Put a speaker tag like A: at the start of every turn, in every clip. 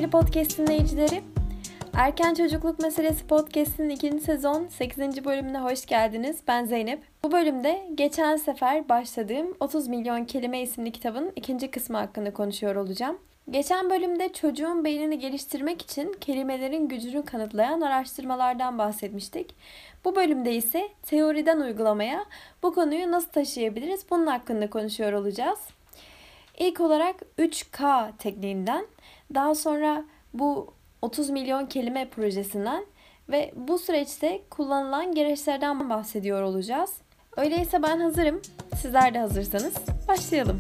A: Sevgili podcast dinleyicileri, Erken Çocukluk Meselesi Podcast'in 2. sezon 8. bölümüne hoş geldiniz. Ben Zeynep. Bu bölümde geçen sefer başladığım 30 Milyon Kelime isimli kitabın ikinci kısmı hakkında konuşuyor olacağım. Geçen bölümde çocuğun beynini geliştirmek için kelimelerin gücünü kanıtlayan araştırmalardan bahsetmiştik. Bu bölümde ise teoriden uygulamaya bu konuyu nasıl taşıyabiliriz bunun hakkında konuşuyor olacağız. İlk olarak 3K tekniğinden, daha sonra bu 30 milyon kelime projesinden ve bu süreçte kullanılan gereçlerden bahsediyor olacağız. Öyleyse ben hazırım. Sizler de hazırsanız başlayalım.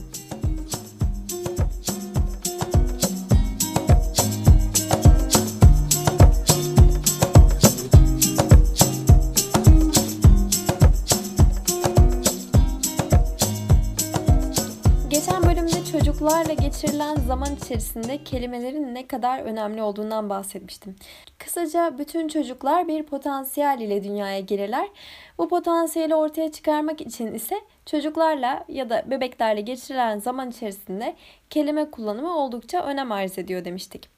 A: Geçen bölümde çocuklarla geçirilen zaman içerisinde kelimelerin ne kadar önemli olduğundan bahsetmiştim. Kısaca bütün çocuklar bir potansiyel ile dünyaya gelirler. Bu potansiyeli ortaya çıkarmak için ise çocuklarla ya da bebeklerle geçirilen zaman içerisinde kelime kullanımı oldukça önem arz ediyor demiştik.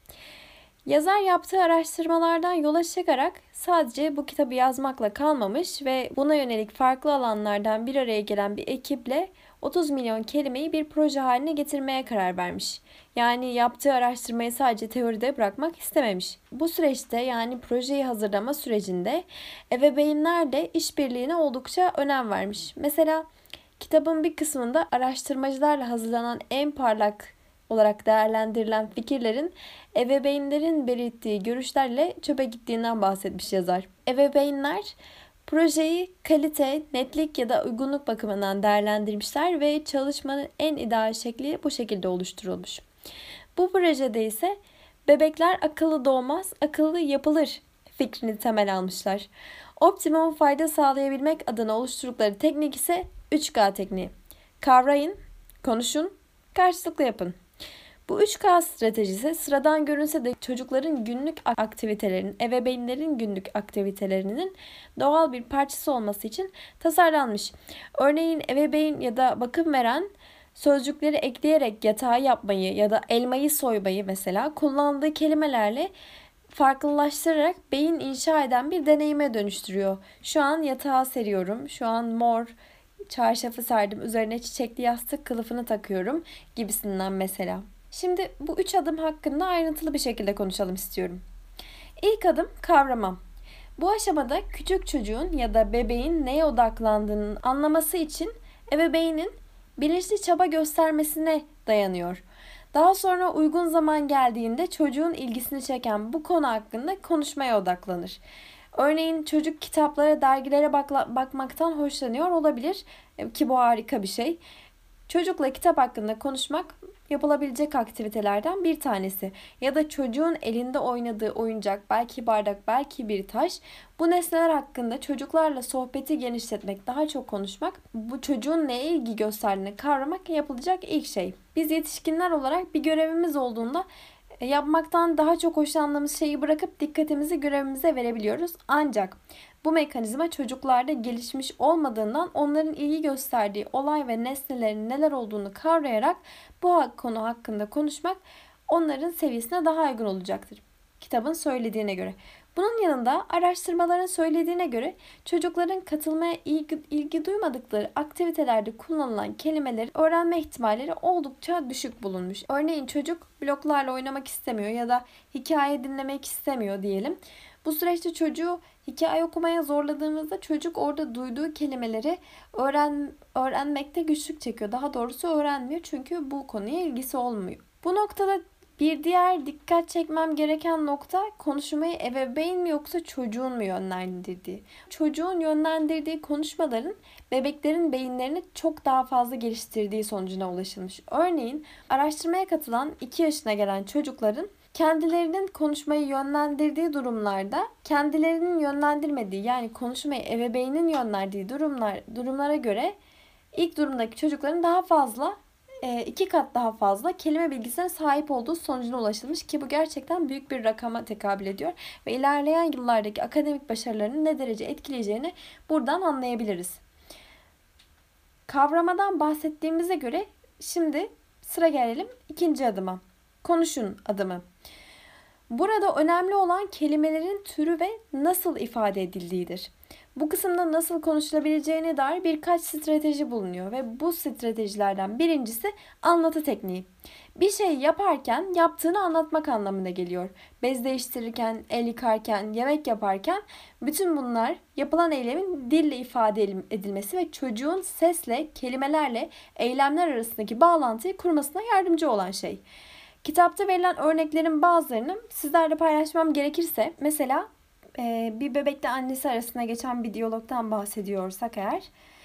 A: Yazar yaptığı araştırmalardan yola çıkarak sadece bu kitabı yazmakla kalmamış ve buna yönelik farklı alanlardan bir araya gelen bir ekiple 30 milyon kelimeyi bir proje haline getirmeye karar vermiş. Yani yaptığı araştırmayı sadece teoride bırakmak istememiş. Bu süreçte, yani projeyi hazırlama sürecinde ebeveynler de işbirliğine oldukça önem vermiş. Mesela kitabın bir kısmında araştırmacılarla hazırlanan en parlak olarak değerlendirilen fikirlerin ebeveynlerin belirttiği görüşlerle çöpe gittiğinden bahsetmiş yazar. Ebeveynler projeyi kalite, netlik ya da uygunluk bakımından değerlendirmişler ve çalışmanın en ideal şekli bu şekilde oluşturulmuş. Bu projede ise bebekler akıllı doğmaz, akıllı yapılır fikrini temel almışlar. Optimum fayda sağlayabilmek adına oluşturdukları teknik ise 3K tekniği. Kavrayın, konuşun, karşılıklı yapın. Bu 3K stratejisi sıradan görünse de çocukların günlük aktivitelerinin, ebeveynlerin günlük aktivitelerinin doğal bir parçası olması için tasarlanmış. Örneğin ebeveyn ya da bakım veren sözcükleri ekleyerek yatağı yapmayı ya da elmayı soymayı mesela kullandığı kelimelerle farklılaştırarak beyin inşa eden bir deneyime dönüştürüyor. Şu an yatağa seriyorum, şu an mor çarşafı serdim, üzerine çiçekli yastık kılıfını takıyorum gibisinden mesela. Şimdi bu 3 adım hakkında ayrıntılı bir şekilde konuşalım istiyorum. İlk adım kavrama. Bu aşamada küçük çocuğun ya da bebeğin neye odaklandığının anlaması için ebeveynin bilinçli çaba göstermesine dayanıyor. Daha sonra uygun zaman geldiğinde çocuğun ilgisini çeken bu konu hakkında konuşmaya odaklanır. Örneğin çocuk kitaplara, dergilere bakmaktan hoşlanıyor olabilir ki bu harika bir şey. Çocukla kitap hakkında konuşmak yapılabilecek aktivitelerden bir tanesi. Ya da çocuğun elinde oynadığı oyuncak, belki bardak, belki bir taş. Bu nesneler hakkında çocuklarla sohbeti genişletmek, daha çok konuşmak, bu çocuğun neye ilgi gösterdiğini kavramak yapılacak ilk şey. Biz yetişkinler olarak bir görevimiz olduğunda yapmaktan daha çok hoşlandığımız şeyi bırakıp dikkatimizi görevimize verebiliyoruz. Ancak bu mekanizma çocuklarda gelişmiş olmadığından onların ilgi gösterdiği olay ve nesnelerin neler olduğunu kavrayarak bu konu hakkında konuşmak onların seviyesine daha uygun olacaktır. Kitabın söylediğine göre. Bunun yanında araştırmaların söylediğine göre çocukların katılmaya ilgi duymadıkları aktivitelerde kullanılan kelimeleri öğrenme ihtimalleri oldukça düşük bulunmuş. Örneğin çocuk bloklarla oynamak istemiyor ya da hikaye dinlemek istemiyor diyelim. Bu süreçte çocuğu hikaye okumaya zorladığımızda çocuk orada duyduğu kelimeleri öğrenmekte güçlük çekiyor. Daha doğrusu öğrenmiyor çünkü bu konuya ilgisi olmuyor. Bu noktada bir diğer dikkat çekmem gereken nokta konuşmayı ebeveyn mi yoksa çocuğun mu yönlendirdiği. Çocuğun yönlendirdiği konuşmaların bebeklerin beyinlerini çok daha fazla geliştirdiği sonucuna ulaşılmış. Örneğin araştırmaya katılan 2 yaşına gelen çocukların kendilerinin konuşmayı yönlendirdiği durumlarda kendilerinin yönlendirmediği, yani konuşmayı ebeveynin yönlendirdiği durumlara göre ilk durumdaki çocukların daha fazla 2 kat daha fazla kelime bilgisine sahip olduğu sonucuna ulaşılmış ki bu gerçekten büyük bir rakama tekabül ediyor ve ilerleyen yıllardaki akademik başarılarını ne derece etkileyeceğini buradan anlayabiliriz. Kavramadan bahsettiğimize göre şimdi sıra gelelim ikinci adıma. Konuşun adımı. Burada önemli olan kelimelerin türü ve nasıl ifade edildiğidir. Bu kısımda nasıl konuşulabileceğine dair birkaç strateji bulunuyor ve bu stratejilerden birincisi anlatı tekniği. Bir şey yaparken yaptığını anlatmak anlamına geliyor. Bez değiştirirken, el yıkarken, yemek yaparken bütün bunlar yapılan eylemin dille ifade edilmesi ve çocuğun sesle, kelimelerle eylemler arasındaki bağlantıyı kurmasına yardımcı olan şey. Kitapta verilen örneklerin bazılarını sizlerle paylaşmam gerekirse, mesela bir bebekle annesi arasında geçen bir diyalogtan bahsediyorsak eğer,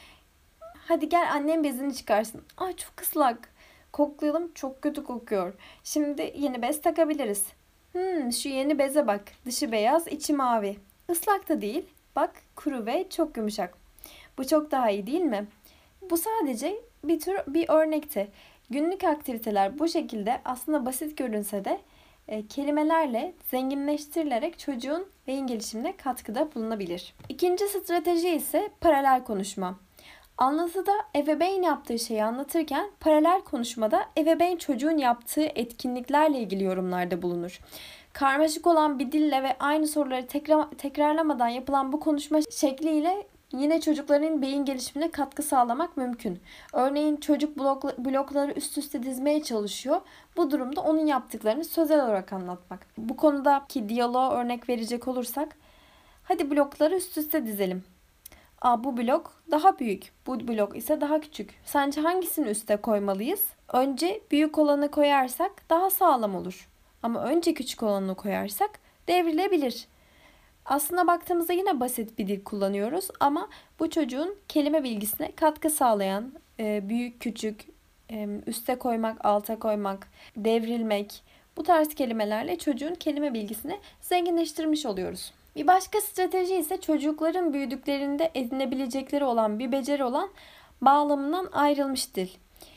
A: hadi gel annem bezini çıkarsın. Ay çok ıslak. Koklayalım, çok kötü kokuyor. Şimdi yeni bez takabiliriz. Şu yeni beze bak. Dışı beyaz, içi mavi. Islak da değil. Bak kuru ve çok yumuşak. Bu çok daha iyi değil mi? Bu sadece bir örnekti. Günlük aktiviteler bu şekilde aslında basit görünse de kelimelerle zenginleştirilerek çocuğun beyin gelişimine katkıda bulunabilir. İkinci strateji ise paralel konuşma. Anlatıda ebeveyn yaptığı şeyi anlatırken paralel konuşmada ebeveyn çocuğun yaptığı etkinliklerle ilgili yorumlarda bulunur. Karmaşık olan bir dille ve aynı soruları tekrarlamadan yapılan bu konuşma şekliyle yine çocukların beyin gelişimine katkı sağlamak mümkün. Örneğin çocuk blokları üst üste dizmeye çalışıyor. Bu durumda onun yaptıklarını sözel olarak anlatmak. Bu konudaki diyaloğa örnek verecek olursak, hadi blokları üst üste dizelim. Bu blok daha büyük, bu blok ise daha küçük. Sence hangisini üste koymalıyız? Önce büyük olanı koyarsak daha sağlam olur. Ama önce küçük olanı koyarsak devrilebilir. Aslında baktığımızda yine basit bir dil kullanıyoruz ama bu çocuğun kelime bilgisine katkı sağlayan büyük, küçük, üste koymak, alta koymak, devrilmek, bu tarz kelimelerle çocuğun kelime bilgisini zenginleştirmiş oluyoruz. Bir başka strateji ise çocukların büyüdüklerinde edinebilecekleri olan bir beceri olan bağlamından ayrılmış dil.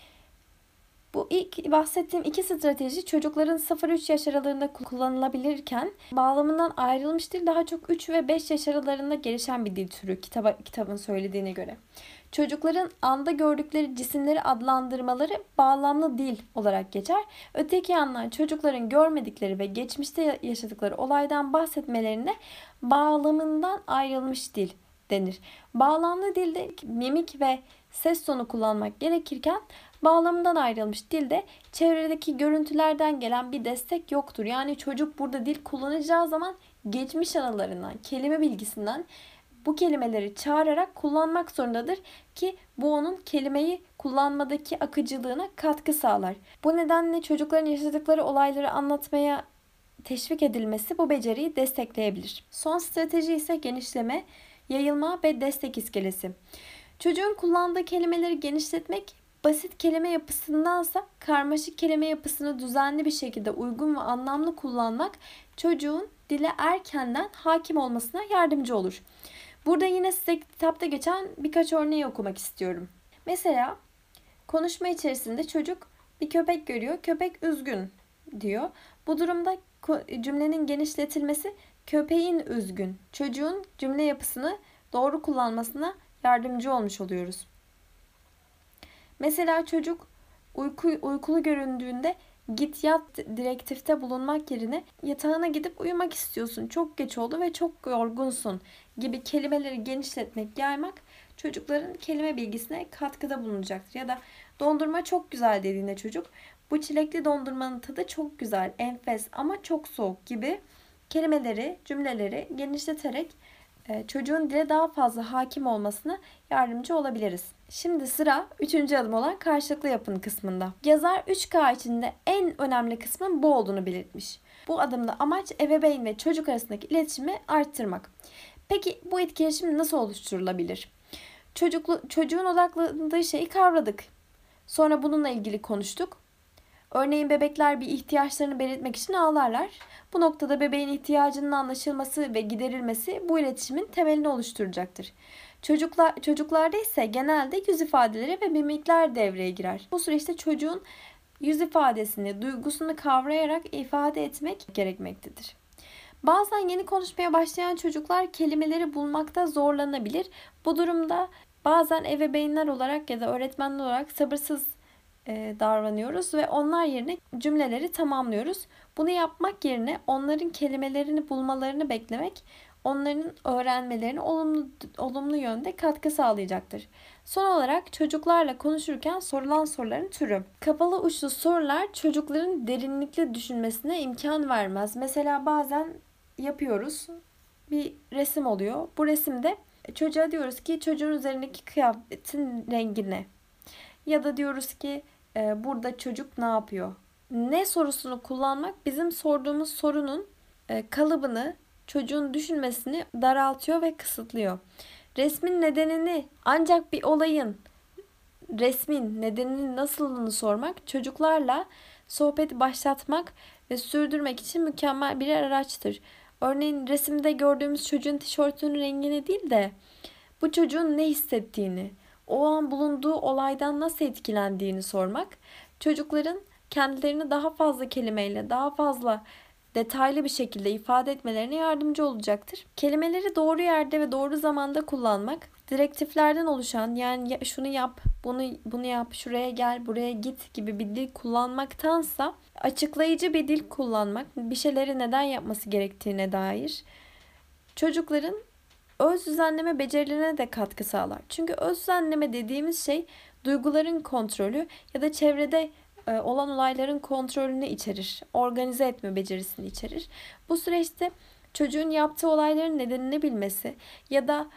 A: Bu ilk bahsettiğim iki strateji çocukların 0-3 yaş aralığında kullanılabilirken bağlamından ayrılmış dil daha çok 3 ve 5 yaş aralığında gelişen bir dil türü kitabın söylediğine göre. Çocukların anda gördükleri cisimleri adlandırmaları bağlamlı dil olarak geçer. Öteki yandan çocukların görmedikleri ve geçmişte yaşadıkları olaydan bahsetmelerine bağlamından ayrılmış dil denir. Bağlamlı dilde mimik ve ses tonu kullanmak gerekirken bağlamından ayrılmış dilde çevredeki görüntülerden gelen bir destek yoktur. Yani çocuk burada dil kullanacağı zaman geçmiş anılarından, kelime bilgisinden bu kelimeleri çağırarak kullanmak zorundadır ki bu onun kelimeyi kullanmadaki akıcılığına katkı sağlar. Bu nedenle çocukların yaşadıkları olayları anlatmaya teşvik edilmesi bu beceriyi destekleyebilir. Son strateji ise genişleme, yayılma ve destek iskelesi. Çocuğun kullandığı kelimeleri genişletmek, basit kelime yapısındansa karmaşık kelime yapısını düzenli bir şekilde uygun ve anlamlı kullanmak çocuğun dile erkenden hakim olmasına yardımcı olur. Burada yine size kitapta geçen birkaç örneği okumak istiyorum. Mesela konuşma içerisinde çocuk bir köpek görüyor. Köpek üzgün diyor. Bu durumda cümlenin genişletilmesi köpeğin üzgün. Çocuğun cümle yapısını doğru kullanmasına yardımcı olmuş oluyoruz. Mesela çocuk uykulu göründüğünde git yat direktifte bulunmak yerine yatağına gidip uyumak istiyorsun, çok geç oldu ve çok yorgunsun gibi kelimeleri genişletmek, yaymak çocukların kelime bilgisine katkıda bulunacaktır. Ya da dondurma çok güzel dediğinde çocuk, bu çilekli dondurmanın tadı çok güzel, enfes ama çok soğuk gibi kelimeleri, cümleleri genişleterek çocuğun dile daha fazla hakim olmasına yardımcı olabiliriz. Şimdi sıra 3. adım olan karşılıklı yapın kısmında. Yazar 3K içinde en önemli kısmın bu olduğunu belirtmiş. Bu adımda amaç ebeveyn ve çocuk arasındaki iletişimi arttırmak. Peki bu etkileşim nasıl oluşturulabilir? Çocuğun odaklandığı şeyi kavradık. Sonra bununla ilgili konuştuk. Örneğin bebekler bir ihtiyaçlarını belirtmek için ağlarlar. Bu noktada bebeğin ihtiyacının anlaşılması ve giderilmesi bu iletişimin temelini oluşturacaktır. Çocuklarda ise genelde yüz ifadeleri ve mimikler devreye girer. Bu süreçte çocuğun yüz ifadesini, duygusunu kavrayarak ifade etmek gerekmektedir. Bazen yeni konuşmaya başlayan çocuklar kelimeleri bulmakta zorlanabilir. Bu durumda bazen ebeveynler olarak ya da öğretmenler olarak sabırsız davranıyoruz ve onlar yerine cümleleri tamamlıyoruz. Bunu yapmak yerine onların kelimelerini bulmalarını beklemek onların öğrenmelerine olumlu yönde katkı sağlayacaktır. Son olarak çocuklarla konuşurken sorulan soruların türü. Kapalı uçlu sorular çocukların derinlikli düşünmesine imkan vermez. Mesela bazen yapıyoruz. Bir resim oluyor. Bu resimde çocuğa diyoruz ki çocuğun üzerindeki kıyafetin rengi ne? Ya da diyoruz ki burada çocuk ne yapıyor? Ne sorusunu kullanmak bizim sorduğumuz sorunun kalıbını, çocuğun düşünmesini daraltıyor ve kısıtlıyor. Resmin nedenini, ancak bir olayın resmin nedeninin nasılını sormak çocuklarla sohbeti başlatmak ve sürdürmek için mükemmel bir araçtır. Örneğin resimde gördüğümüz çocuğun tişörtünün rengini değil de bu çocuğun ne hissettiğini, o an bulunduğu olaydan nasıl etkilendiğini sormak, çocukların kendilerini daha fazla kelimeyle, daha fazla detaylı bir şekilde ifade etmelerine yardımcı olacaktır. Kelimeleri doğru yerde ve doğru zamanda kullanmak, direktiflerden oluşan, yani şunu yap, bunu yap, şuraya gel, buraya git gibi bir dil kullanmaktansa açıklayıcı bir dil kullanmak, bir şeyleri neden yapması gerektiğine dair çocukların öz düzenleme becerilerine de katkı sağlar. Çünkü öz düzenleme dediğimiz şey duyguların kontrolü ya da çevrede olan olayların kontrolünü içerir. Organize etme becerisini içerir. Bu süreçte çocuğun yaptığı olayların nedenini bilmesi ya da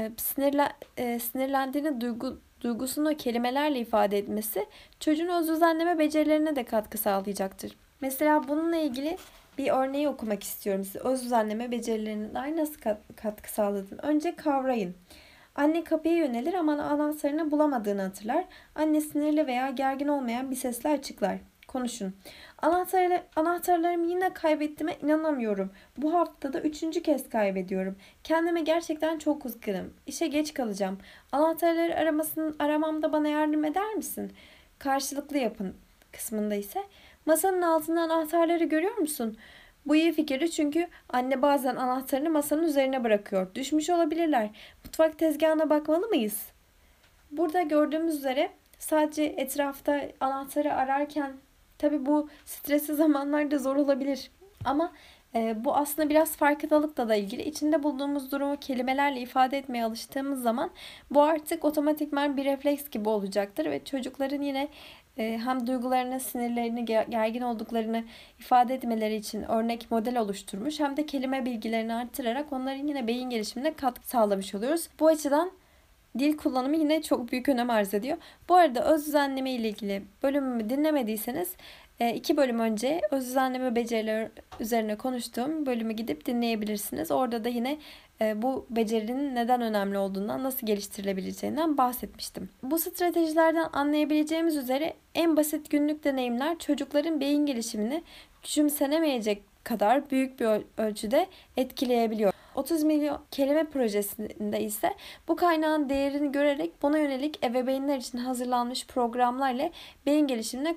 A: sinirlendiğini duygusunu kelimelerle ifade etmesi çocuğun öz düzenleme becerilerine de katkı sağlayacaktır. Mesela bununla ilgili bir örneği okumak istiyorum size. Öz düzenleme becerilerine dair nasıl katkı sağladığını. Önce kavrayın. Anne kapıya yönelir ama anahtarını bulamadığını hatırlar. Anne sinirli veya gergin olmayan bir sesle açıklar. Konuşun. Anahtarlarımı yine kaybettiğime inanamıyorum. Bu haftada 3. kez kaybediyorum. Kendime gerçekten çok kızgınım. İşe geç kalacağım. Anahtarları aramamda bana yardım eder misin? Karşılıklı yapın kısmında ise masanın altında anahtarları görüyor musun? Bu iyi fikirdi çünkü anne bazen anahtarını masanın üzerine bırakıyor. Düşmüş olabilirler. Mutfak tezgahına bakmalı mıyız? Burada gördüğümüz üzere sadece etrafta anahtarı ararken, tabii bu stresli zamanlarda zor olabilir. Ama bu aslında biraz farkındalıkla da ilgili. İçinde bulduğumuz durumu kelimelerle ifade etmeye alıştığımız zaman bu artık otomatikman bir refleks gibi olacaktır ve çocukların yine hem duygularını, sinirlerini, gergin olduklarını ifade etmeleri için örnek model oluşturmuş, hem de kelime bilgilerini arttırarak onların yine beyin gelişimine katkı sağlamış oluyoruz. Bu açıdan dil kullanımı yine çok büyük önem arz ediyor. Bu arada öz düzenleme ile ilgili bölümümü dinlemediyseniz 2 bölüm önce öz düzenleme becerileri üzerine konuştuğum bölümü gidip dinleyebilirsiniz. Orada da yine bu becerinin neden önemli olduğundan, nasıl geliştirilebileceğinden bahsetmiştim. Bu stratejilerden anlayabileceğimiz üzere en basit günlük deneyimler çocukların beyin gelişimini küçümsenemeyecek kadar büyük bir ölçüde etkileyebiliyor. 30 milyon kelime projesinde ise bu kaynağın değerini görerek buna yönelik ebeveynler için hazırlanmış programlarla beyin gelişimine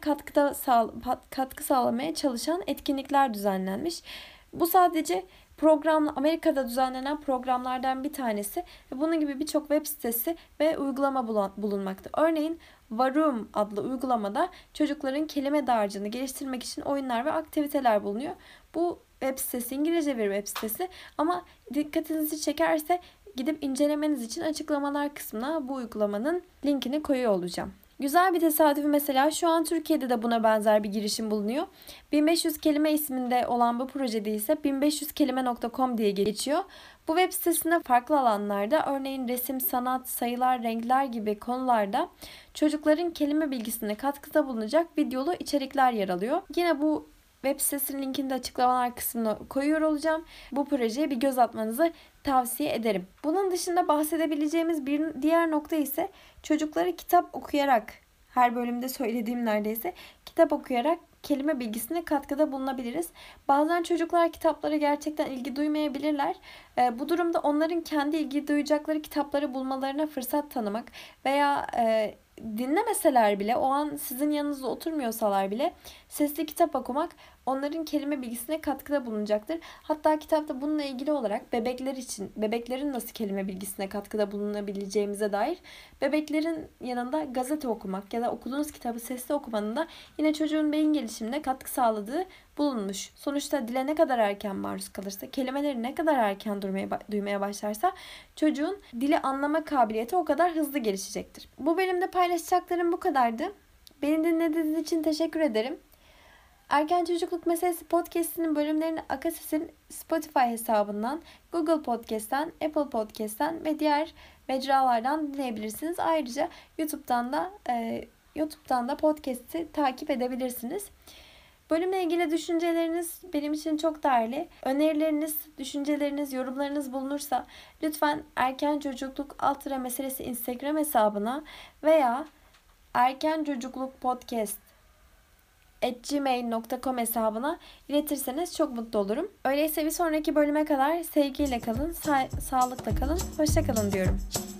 A: katkı sağlamaya çalışan etkinlikler düzenlenmiş. Bu sadece Amerika'da düzenlenen programlardan bir tanesi ve bunun gibi birçok web sitesi ve uygulama bulunmakta. Örneğin Varoom adlı uygulamada çocukların kelime dağarcığını geliştirmek için oyunlar ve aktiviteler bulunuyor. Bu web sitesi İngilizce bir web sitesi ama dikkatinizi çekerse gidip incelemeniz için açıklamalar kısmına bu uygulamanın linkini koyuyor olacağım. Güzel bir tesadüf, mesela şu an Türkiye'de de buna benzer bir girişim bulunuyor. 1500 kelime isminde olan bu projede ise 1500kelime.com diye geçiyor. Bu web sitesinde farklı alanlarda, örneğin resim, sanat, sayılar, renkler gibi konularda çocukların kelime bilgisine katkıda bulunacak videolu içerikler yer alıyor. Yine bu web sitesinin linkini de açıklamalar kısmına koyuyor olacağım. Bu projeye bir göz atmanızı tavsiye ederim. Bunun dışında bahsedebileceğimiz bir diğer nokta ise çocuklara kitap okuyarak, her bölümde söylediğim neredeyse, kitap okuyarak kelime bilgisine katkıda bulunabiliriz. Bazen çocuklar kitaplara gerçekten ilgi duymayabilirler. Bu durumda onların kendi ilgi duyacakları kitapları bulmalarına fırsat tanımak veya dinlemeseler bile, o an sizin yanınızda oturmuyorsalar bile sesli kitap okumak onların kelime bilgisine katkıda bulunacaktır. Hatta kitapta bununla ilgili olarak bebekler için, bebeklerin nasıl kelime bilgisine katkıda bulunabileceğimize dair, bebeklerin yanında gazete okumak ya da okuduğunuz kitabı sesli okumanın da yine çocuğun beyin gelişimine katkı sağladığı bulunmuş. Sonuçta dile ne kadar erken maruz kalırsa, kelimeleri ne kadar erken duymaya başlarsa çocuğun dili anlama kabiliyeti o kadar hızlı gelişecektir. Bu bölümde paylaşacaklarım bu kadardı. Beni dinlediğiniz için teşekkür ederim. Erken Çocukluk Meselesi Podcast'inin bölümlerini Akases'in Spotify hesabından, Google Podcast'ten, Apple Podcast'ten ve diğer mecralardan dinleyebilirsiniz. Ayrıca YouTube'dan da podcast'i takip edebilirsiniz. Bölümle ilgili düşünceleriniz benim için çok değerli. Önerileriniz, düşünceleriniz, yorumlarınız bulunursa lütfen Erken Çocukluk Meselesi Instagram hesabına veya Erken Çocukluk Podcast @gmail.com hesabına iletirseniz çok mutlu olurum. Öyleyse bir sonraki bölüme kadar sevgiyle kalın, sağlıkla kalın, hoşça kalın diyorum.